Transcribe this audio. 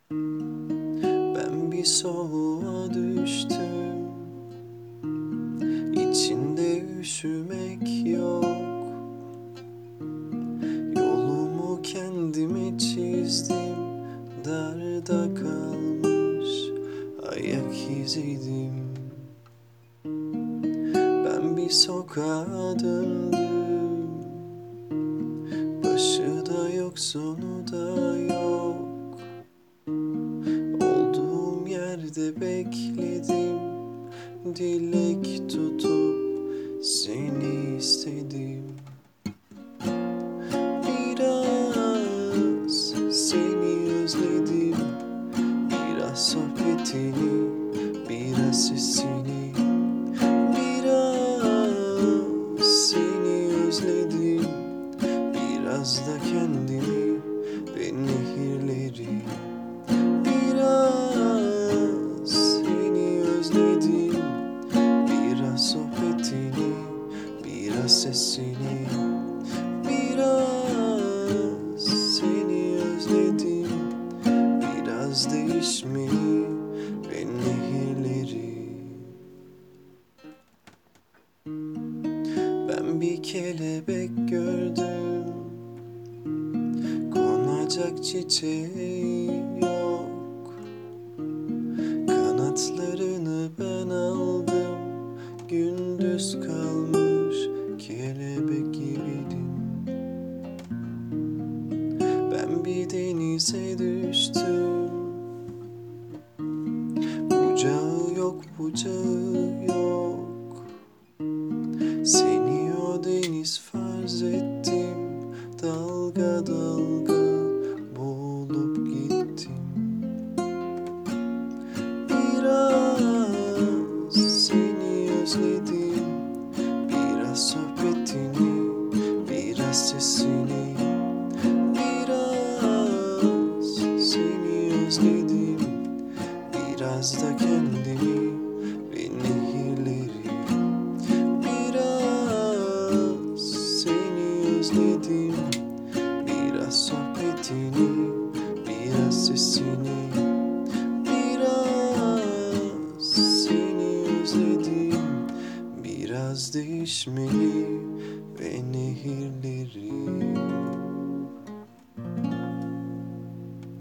Ben bir soğuğa düştüm, içinde üşümek yok. Yolumu kendime çizdim, darda kalmış ayak iziydim. Ben bir sokağa döndüm, başı da yok sonu da yok. Olduğum yerde bekledim, dilek tutup seni istedim. Biraz seni özledim, biraz sohbetini, biraz sesini. Biraz seni özledim, biraz da kendimi ve nehirleri. Biraz seni özledim, biraz sohbetini, biraz sesini. Biraz seni özledim, biraz değişmeyi ve nehirleri. Ben bir kelebek gördüm, konacak çiçeği yok. Kanatlarını ben aldım, gündüz kalmış kelebek gibiydim. Ben bir denize düştüm, bucağı yok, bucağı yok. Seni o deniz farz ettim, dalga dalga boğulup gittim. Biraz seni özledim, biraz sohbetini, biraz sesini. Biraz seni özledim, biraz da kendimi ve nehirleri. Biraz seni özledim, biraz sohbetini, biraz sesini. Biraz seni özledim, biraz değişmeli ve nehirleri.